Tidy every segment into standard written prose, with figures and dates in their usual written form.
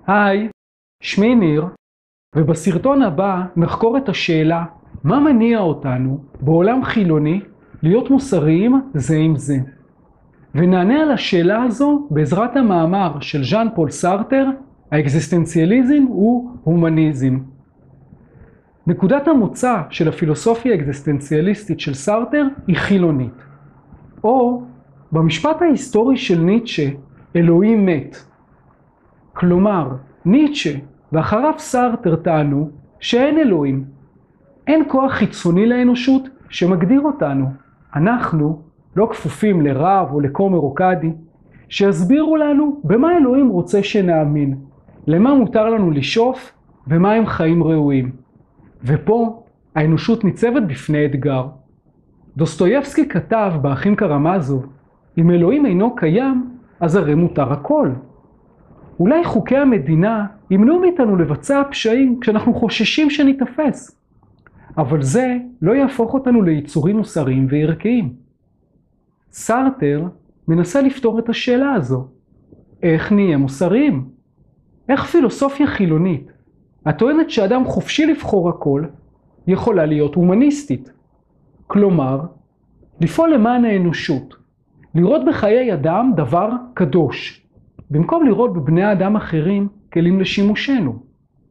היי, שמי ניר, ובסרטון הבא נחקור את השאלה מה מניע אותנו בעולם חילוני להיות מוסריים זה עם זה. ונענה על השאלה הזו בעזרת המאמר של ז'אן פול סארטר, האקזיסטנציאליזם הוא הומניזם. נקודת המוצא של הפילוסופיה האקזיסטנציאליסטית של סארטר היא חילונית. או במשפט ההיסטורי של ניטשה, אלוהים מת. כלומר, ניטשה ואחריו סארטר טענו שאין אלוהים. אין כוח חיצוני לאנושות שמגדיר אותנו. אנחנו לא כפופים לרב או לכומר או קאדי שיסבירו לנו במה אלוהים רוצה שנאמין, למה מותר לנו לשאוף ומה הם חיים ראויים. ופה האנושות ניצבת בפני אתגר. דוסטויבסקי כתב באחים קרמזוב, אם אלוהים אינו קיים, אז הרי מותר הכל. אולי חוקי המדינה ימנעו מאיתנו לבצע פשעים כשאנחנו חוששים שניתפס. אבל זה לא יהפוך אותנו ליצורים מוסריים וערכיים. סארטר מנסה לפתור את השאלה הזו. איך נהיה מוסריים? איך פילוסופיה חילונית, הטוענת שאדם חופשי לבחור הכל, יכולה להיות הומניסטית? כלומר, לפעול למען האנושות, לראות בחיי אדם דבר קדוש, במקום לראות בבני האדם אחרים כלים לשימושנו.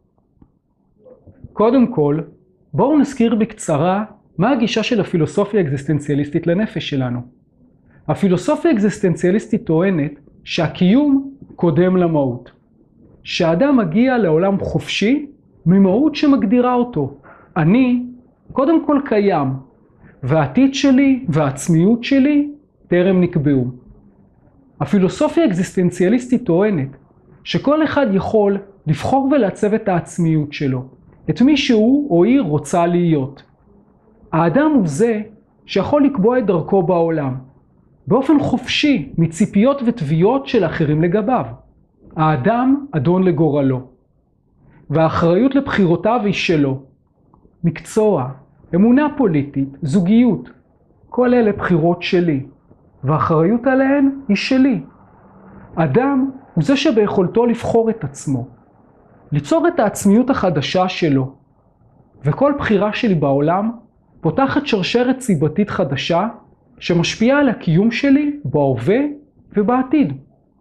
קודם כל, בואו נזכיר בקצרה מה הגישה של הפילוסופיה האקזיסטנציאליסטית לנפש שלנו. הפילוסופיה האקזיסטנציאליסטית טוענת שהקיום קודם למהות. שהאדם מגיע לעולם חופשי ממהות שמגדירה אותו. אני קודם כל קיים, והעתיד שלי והעצמיות שלי טרם נקבעו. הפילוסופיה האקזיסטנציאליסטית טוענת שכל אחד יכול לבחור ולעצב את העצמיות שלו, את מי שהוא או היא רוצה להיות. האדם הוא זה שיכול לקבוע את דרכו בעולם, באופן חופשי מציפיות ותביעות של אחרים לגביו. האדם אדון לגורלו, והאחריות לבחירותיו היא שלו. מקצוע, אמונה פוליטית, זוגיות, כל אלה בחירות שלי, והאחריות עליהן היא שלי. אדם הוא זה שביכולתו לבחור את עצמו, ליצור את העצמיות החדשה שלו, וכל בחירה שלי בעולם פותחת שרשרת סיבתית חדשה שמשפיעה על הקיום שלי בהווה ובעתיד.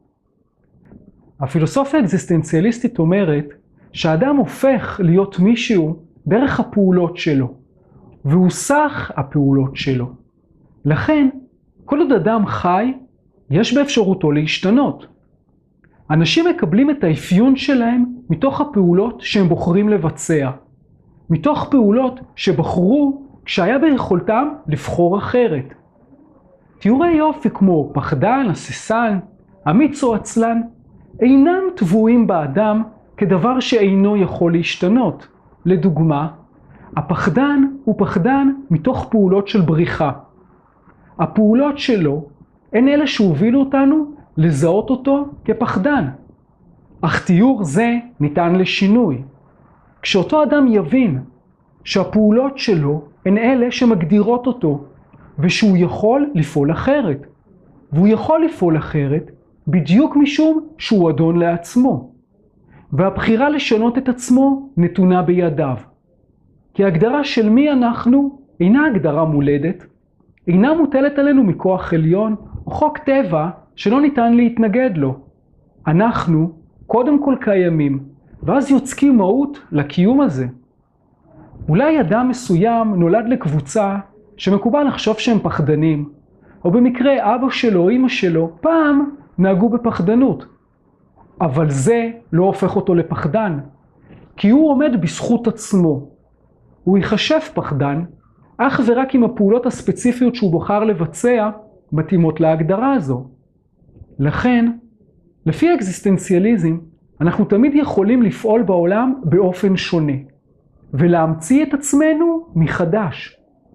הפילוסופיה האקזיסטנציאליסטית אומרת שהאדם הופך להיות מישהו דרך הפעולות שלו, והוא סך הפעולות שלו. לכן, כל עוד אדם חי, יש באפשרותו להשתנות. אנשים מקבלים את האפיון שלהם מתוך הפעולות שהם בוחרים לבצע, מתוך פעולות שבחרו כשהיה ביכולתם לבחור אחרת. תיאורי יופי כמו פחדן, הססן, אמיץ או עצלן, אינם טבועים באדם כדבר שאינו יכול להשתנות. לדוגמה, הפחדן הוא פחדן מתוך פעולות של בריחה. הפעולות שלו הן אלה שהובילו אותנו לזהות אותו כפחדן. אך תיאור זה ניתן לשינוי. כשאותו אדם יבין שהפעולות שלו הן אלה שמגדירות אותו, ושהוא יכול לפעול אחרת. והוא יכול לפעול אחרת בדיוק משום שהוא אדון לעצמו. והבחירה לשנות את עצמו נתונה בידיו. כי ההגדרה של מי אנחנו אינה הגדרה מולדת, אינה מוטלת עלינו מכוח עליון או חוק טבע שלא ניתן להתנגד לו. אנחנו קודם כל קיימים, ואז יוצקים מהות לקיום הזה. אולי אדם מסוים נולד לקבוצה שמקובל לחשוב שהם פחדנים, או במקרה אבא שלו או אמא שלו פעם נהגו בפחדנות. אבל זה לא הופך אותו לפחדן, כי הוא עומד בזכות עצמו. הוא ייחשב פחדן, אך ורק אם הפעולות הספציפיות שהוא בוחר לבצע מתאימות להגדרה הזו. לכן, לפי האקזיסטנציאליזם, אנחנו תמיד יכולים לפעול בעולם באופן שונה, ולהמציא את עצמנו מחדש.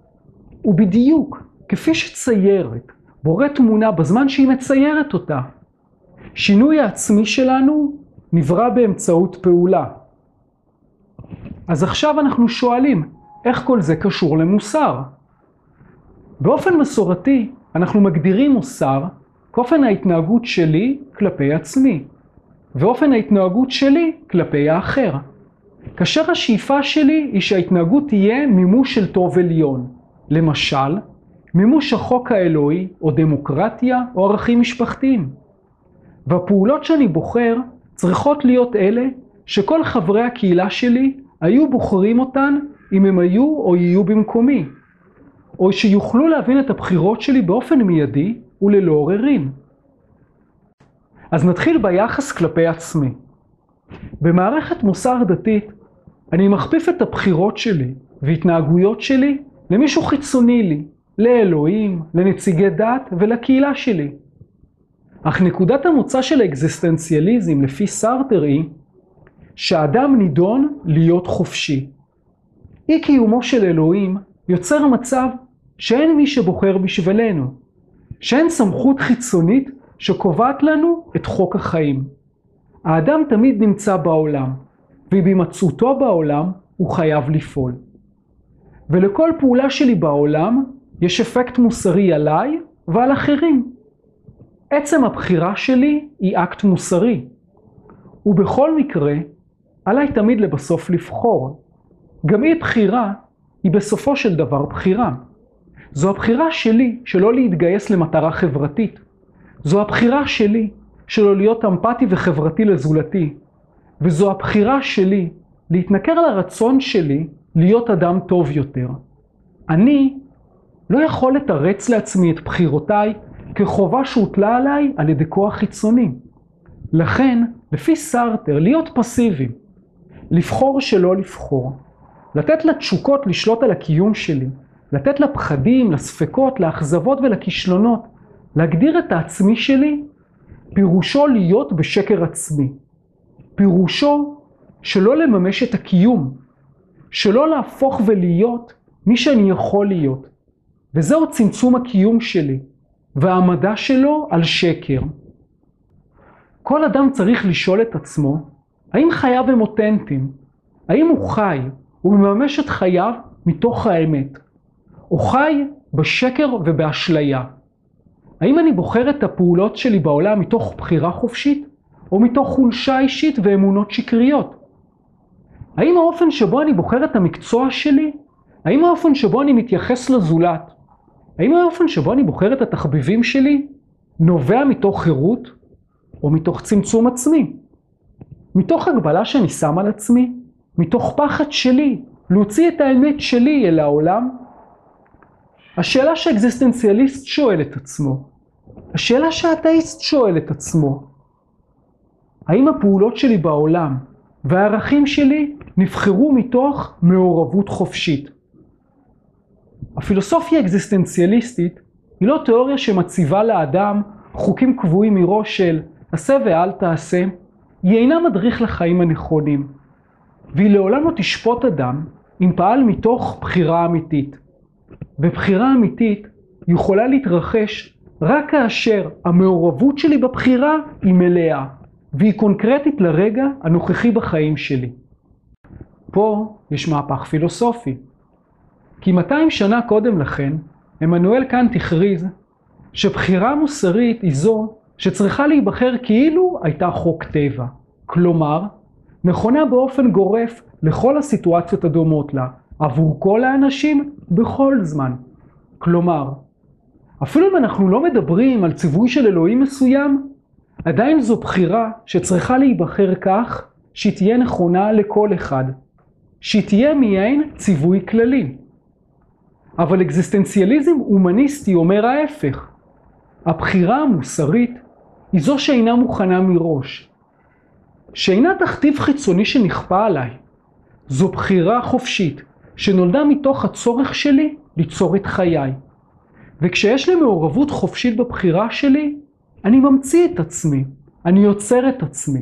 ובדיוק כפי שציירת בורא תמונה בזמן שהיא מציירת אותה, שינוי העצמי שלנו נברא באמצעות פעולה. אז עכשיו אנחנו שואלים, איך כל זה קשור למוסר? באופן מסורתי, אנחנו מגדירים מוסר כאופן ההתנהגות שלי כלפי עצמי. ואופן ההתנהגות שלי כלפי האחר. כאשר השאיפה שלי היא שההתנהגות תהיה מימוש של טוב עליון. למשל, מימוש החוק האלוהי או דמוקרטיה או ערכים משפחתיים. והפעולות שאני בוחר צריכות להיות אלה שכל חברי הקהילה שלי היו בוחרים אותן אם הם היו או יהיו במקומי, או שיוכלו להבין את הבחירות שלי באופן מיידי וללא עוררין. אז נתחיל ביחס כלפי עצמי. במערכת מוסר דתית אני מכפיף את הבחירות שלי והתנהגויות שלי למישהו חיצוני לי, לאלוהים, לנציגי דת ולקהילה שלי. אך נקודת המוצא של האקזיסטנציאליזם לפי סארטר היא שהאדם נידון להיות חופשי. אי קיומו של אלוהים יוצר מצב שאין מי שבוחר בשבילנו, שאין סמכות חיצונית שקובעת לנו את חוק החיים. האדם תמיד נמצא בעולם, ובהימצאותו בעולם הוא חייב לפעול. ולכל פעולה שלי בעולם יש אפקט מוסרי עליי ועל אחרים. עצם הבחירה שלי היא אקט מוסרי. ובכל מקרה, עליי תמיד לבסוף לבחור. גם אי בחירה היא בסופו של דבר בחירה. זו הבחירה שלי שלא להתגייס למטרה חברתית. זו הבחירה שלי שלא להיות אמפתי וחברתי לזולתי. וזו הבחירה שלי להתנכר לרצון שלי להיות אדם טוב יותר. אני לא יכול לתרץ לעצמי את בחירותיי כחובה שהוטלה עליי על ידי כוח חיצוני. לכן, לפי סארטר, להיות פסיבי, לבחור שלא לבחור, לתת לתשוקות לשלוט על הקיום שלי, לתת לפחדים, לספקות, לאכזבות ולכישלונות, להגדיר את העצמי שלי, פירושו להיות בשקר עצמי. פירושו שלא לממש את הקיום, שלא להפוך ולהיות מי שאני יכול להיות. וזהו צמצום הקיום שלי, והעמדה שלו על שקר. כל אדם צריך לשאול את עצמו, האם חייו הם אותנטיים? האם הוא חי ומממש את חייו מתוך האמת? או חי בשקר ובאשליה? האם אני בוחר את הפעולות שלי בעולם מתוך בחירה חופשית, או מתוך חולשה אישית ואמונות שקריות? האם האופן שבו אני בוחר את המקצוע שלי? האם האופן שבו אני מתייחס לזולת? האם האופן שבו אני בוחר את התחביבים שלי נובע מתוך חירות או מתוך צמצום עצמי? מתוך הגבלה שאני שם על עצמי? מתוך פחד שלי להוציא את האמת שלי אל העולם? השאלה שהאקזיסטנציאליסט שואל את עצמו, השאלה שהאתאיסט שואל את עצמו, האם הפעולות שלי בעולם והערכים שלי נבחרו מתוך מעורבות חופשית? הפילוסופיה האקזיסטנציאליסטית היא לא תיאוריה שמציבה לאדם חוקים קבועים מראש של עשה ואל תעשה, היא אינה מדריך לחיים הנכונים, והיא לעולם לא תשפוט אדם אם פעל מתוך בחירה אמיתית. ובחירה אמיתית יכולה להתרחש רק כאשר המעורבות שלי בבחירה היא מלאה, והיא קונקרטית לרגע הנוכחי בחיים שלי. פה יש מהפך פילוסופי. כי 200 שנה קודם לכן, עמנואל קאנט הכריז שבחירה מוסרית היא זו שצריכה להיבחר כאילו הייתה חוק טבע. כלומר, נכונה באופן גורף לכל הסיטואציות הדומות לה, עבור כל האנשים בכל זמן. כלומר, אפילו אם אנחנו לא מדברים על ציווי של אלוהים מסוים, עדיין זו בחירה שצריכה להיבחר כך שהיא תהיה נכונה לכל אחד, שהיא תהיה מעין ציווי כללי. אבל אקזיסטנציאליזם הומניסטי אומר ההפך. הבחירה המוסרית היא זו שאינה מוכנה מראש, שאינה תכתיב חיצוני שנכפה עליי. זו בחירה חופשית שנולדה מתוך הצורך שלי ליצור את חיי. וכשיש לי מעורבות חופשית בבחירה שלי, אני ממציא את עצמי, אני יוצר את עצמי.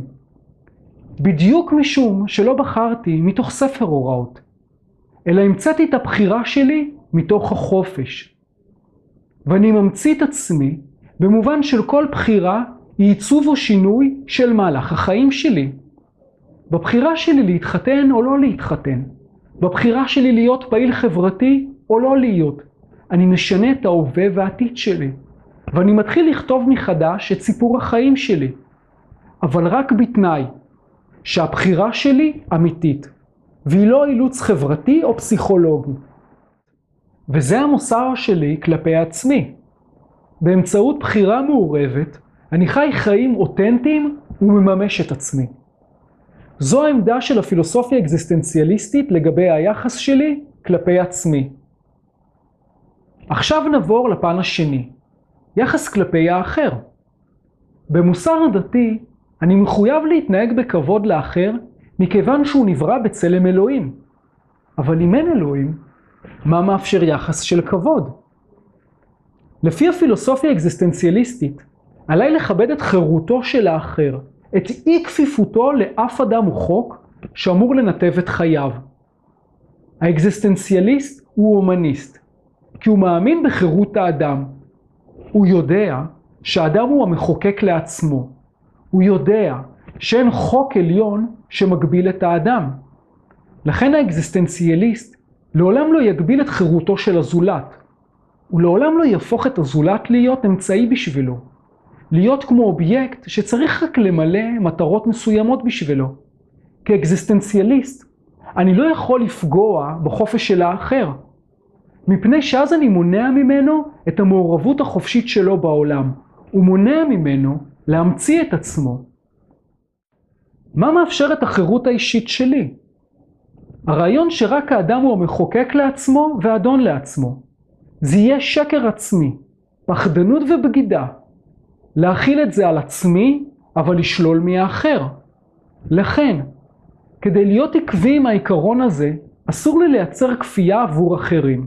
בדיוק משום שלא בחרתי מתוך ספר הוראות, אלא המצאתי את הבחירה שלי מתוך החופש. ואני ממציא את עצמי במובן של כל בחירה היא עיצוב או שינוי של מהלך החיים שלי. בבחירה שלי להתחתן או לא להתחתן, בבחירה שלי להיות פעיל חברתי או לא להיות, אני משנה את ההווה והעתיד שלי, ואני מתחיל לכתוב מחדש את סיפור החיים שלי. אבל רק בתנאי שהבחירה שלי אמיתית, והיא לא אילוץ חברתי או פסיכולוגי. וזה המוסר שלי כלפי עצמי. באמצעות בחירה מעורבת, אני חי חיים אותנטיים ומממש את עצמי. זו העמדה של הפילוסופיה האקזיסטנציאליסטית לגבי היחס שלי כלפי עצמי. עכשיו נעבור לפן השני, יחס כלפי האחר. במוסר הדתי, אני מחויב להתנהג בכבוד לאחר מכיוון שהוא נברא בצלם אלוהים. אבל אם אין אלוהים, מה מאפשר יחס של כבוד? לפי הפילוסופיה האקזיסטנציאליסטית, עליי לכבד את חירותו של האחר, את אי כפיפותו לאף אדם או חוק שאמור לנתב את חייו. האקזיסטנציאליסט הוא הומניסט, כי הוא מאמין בחירות האדם. הוא יודע שהאדם הוא המחוקק לעצמו. הוא יודע שאין חוק עליון שמגביל את האדם. לכן האקזיסטנציאליסט לעולם לא יגביל את חירותו של הזולת. הוא לעולם לא יהפוך את הזולת להיות אמצעי בשבילו. להיות כמו אובייקט שצריך רק למלא מטרות מסוימות בשבילו. כאקזיסטנציאליסט, אני לא יכול לפגוע בחופש של האחר. מפני שאז אני מונע ממנו את המעורבות החופשית שלו בעולם. הוא מונע ממנו להמציא את עצמו. מה מאפשר את החירות האישית שלי? הרעיון שרק האדם הוא המחוקק לעצמו ואדון לעצמו. זה יהיה שקר עצמי, פחדנות ובגידה. להכיל את זה על עצמי, אבל לשלול מהאחר. לכן, כדי להיות עקבי עם העיקרון הזה, אסור לי לייצר כפייה עבור אחרים.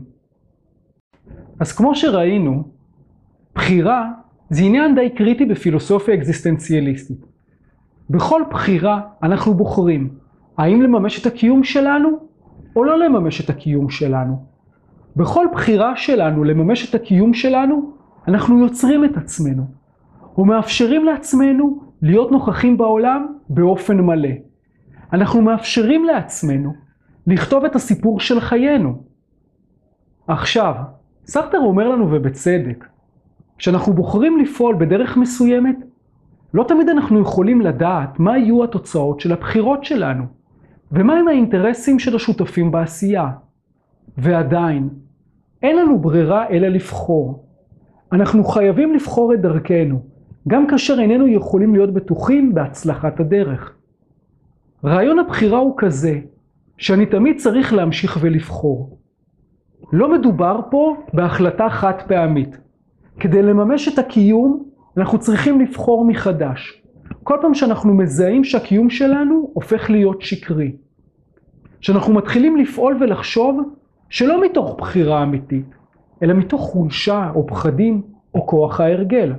אז כמו שראינו, בחירה זה עניין די קריטי בפילוסופיה אקזיסטנציאליסטית. בכל בחירה אנחנו בוחרים האם לממש את הקיום שלנו או לא לממש את הקיום שלנו. בכל בחירה שלנו לממש את הקיום שלנו, אנחנו יוצרים את עצמנו, ומאפשרים לעצמנו להיות נוכחים בעולם באופן מלא. אנחנו מאפשרים לעצמנו לכתוב את הסיפור של חיינו. עכשיו, סארטר אומר לנו ובצדק, כשאנחנו בוחרים לפעול בדרך מסוימת, לא תמיד אנחנו יכולים לדעת מה יהיו התוצאות של הבחירות שלנו, ומהם האינטרסים של השותפים בעשייה. ועדיין, אין לנו ברירה אלא לבחור. אנחנו חייבים לבחור את דרכנו, גם כאשר איננו יכולים להיות בטוחים בהצלחת הדרך. רעיון הבחירה הוא כזה, שאני תמיד צריך להמשיך ולבחור. לא מדובר פה בהחלטה חד פעמית. כדי לממש את הקיום, אנחנו צריכים לבחור מחדש. כל פעם שאנחנו מזהים שהקיום שלנו הופך להיות שקרי. שאנחנו מתחילים לפעול ולחשוב שלא מתוך בחירה אמיתית, אלא מתוך חולשה או פחדים או כוח ההרגל.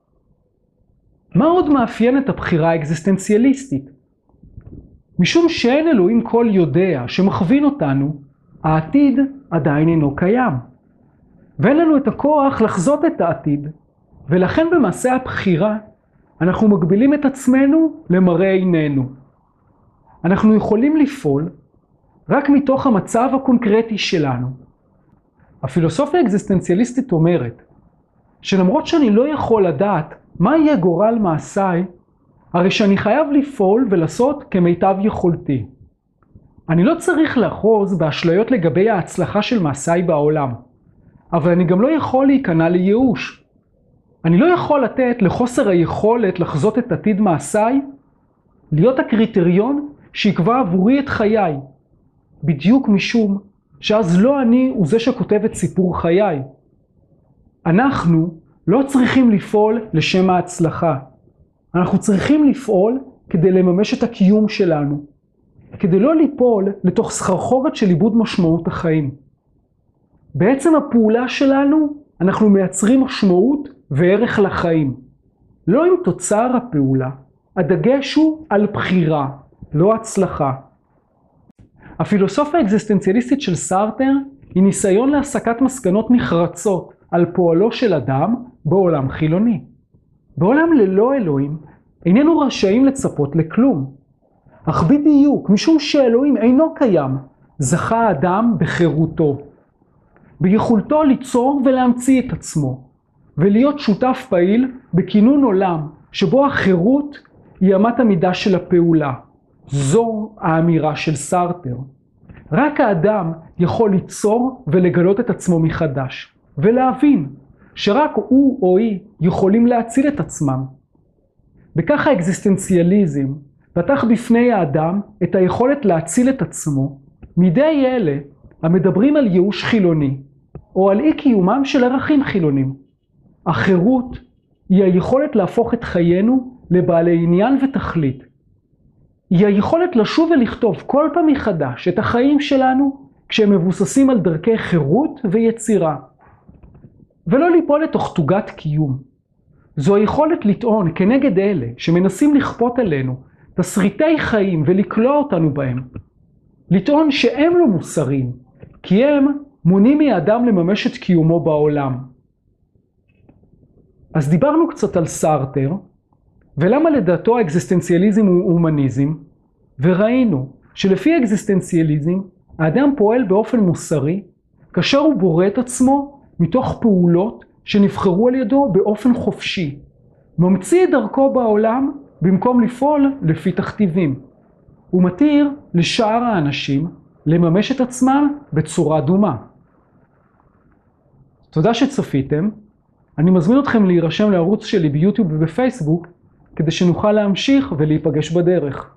מה עוד מאפיין את הבחירה האקזיסטנציאליסטית? משום שאין אלוהים כל יודע שמכווין אותנו, העתיד עדיין אינו קיים. ואין לנו את הכוח לחזות את העתיד, ולכן במעשה הבחירה אנחנו מגבילים את עצמנו למראה עינינו. אנחנו יכולים לפעול רק מתוך המצב הקונקרטי שלנו. הפילוסופיה האקזיסטנציאליסטית אומרת שלמרות שאני לא יכול לדעת מה יהיה גורל מעשיי, הרי שאני חייב לפעול ולעשות כמיטב יכולתי. אני לא צריך לאחוז באשליות לגבי ההצלחה של מעשיי בעולם, אבל אני גם לא יכול להיכנע לייאוש. אני לא יכול לתת לחוסר היכולת לחזות את עתיד מעשיי, להיות הקריטריון שיקבע עבורי את חיי, בדיוק משום שאז לא אני הוא זה שכותב את סיפור חיי. אנחנו לא צריכים לפעול לשם ההצלחה. אנחנו צריכים לפעול כדי לממש את הקיום שלנו, כדי לא ליפול לתוך סחרחורת של איבוד משמעות החיים. בעצם הפעולה שלנו אנחנו מייצרים משמעות וערך לחיים. לא עם תוצר הפעולה, הדגש הוא על בחירה, לא הצלחה. הפילוסופיה האקזיסטנציאליסטית של סארטר היא ניסיון להסקת מסקנות נחרצות על פועלו של אדם בעולם חילוני. בעולם ללא אלוהים איננו רשאים לצפות לכלום. אך בדיוק משום שאלוהים אינו קיים, זכה האדם בחירותו. ביכולתו ליצור ולהמציא את עצמו, ולהיות שותף פעיל בכינון עולם שבו החירות היא אמת המידה של הפעולה. זו האמירה של סארטר. רק האדם יכול ליצור ולגלות את עצמו מחדש, ולהבין שרק הוא או היא יכולים להציל את עצמם. בכך האקזיסטנציאליזם פתח בפני האדם את היכולת להציל את עצמו מידי אלה המדברים על ייאוש חילוני, או על אי קיומם של ערכים חילונים. החירות היא היכולת להפוך את חיינו לבעלי עניין ותכלית. היא היכולת לשוב ולכתוב כל פעם מחדש את החיים שלנו כשהם מבוססים על דרכי חירות ויצירה. ולא ליפול לתוך תוגת קיום. זו היכולת לטעון כנגד אלה שמנסים לכפות עלינו תסריטי חיים ולקלוע אותנו בהם. לטעון שהם לא מוסריים, כי הם מונעים מאדם לממש את קיומו בעולם. אז דיברנו קצת על סארטר, ולמה לדעתו האקזיסטנציאליזם הוא הומניזם, וראינו שלפי האקזיסטנציאליזם האדם פועל באופן מוסרי, כאשר הוא בורא את עצמו מתוך פעולות שנבחרו על ידו באופן חופשי, ממציא את דרכו בעולם במקום לפעול לפי תכתיבים. הוא מתיר לשאר האנשים לממש את עצמם בצורה דומה. תודה שצפיתם. אני מזמין אתכם להירשם לערוץ שלי ביוטיוב ובפייסבוק, כדי שנוכל להמשיך ולהיפגש בדרך.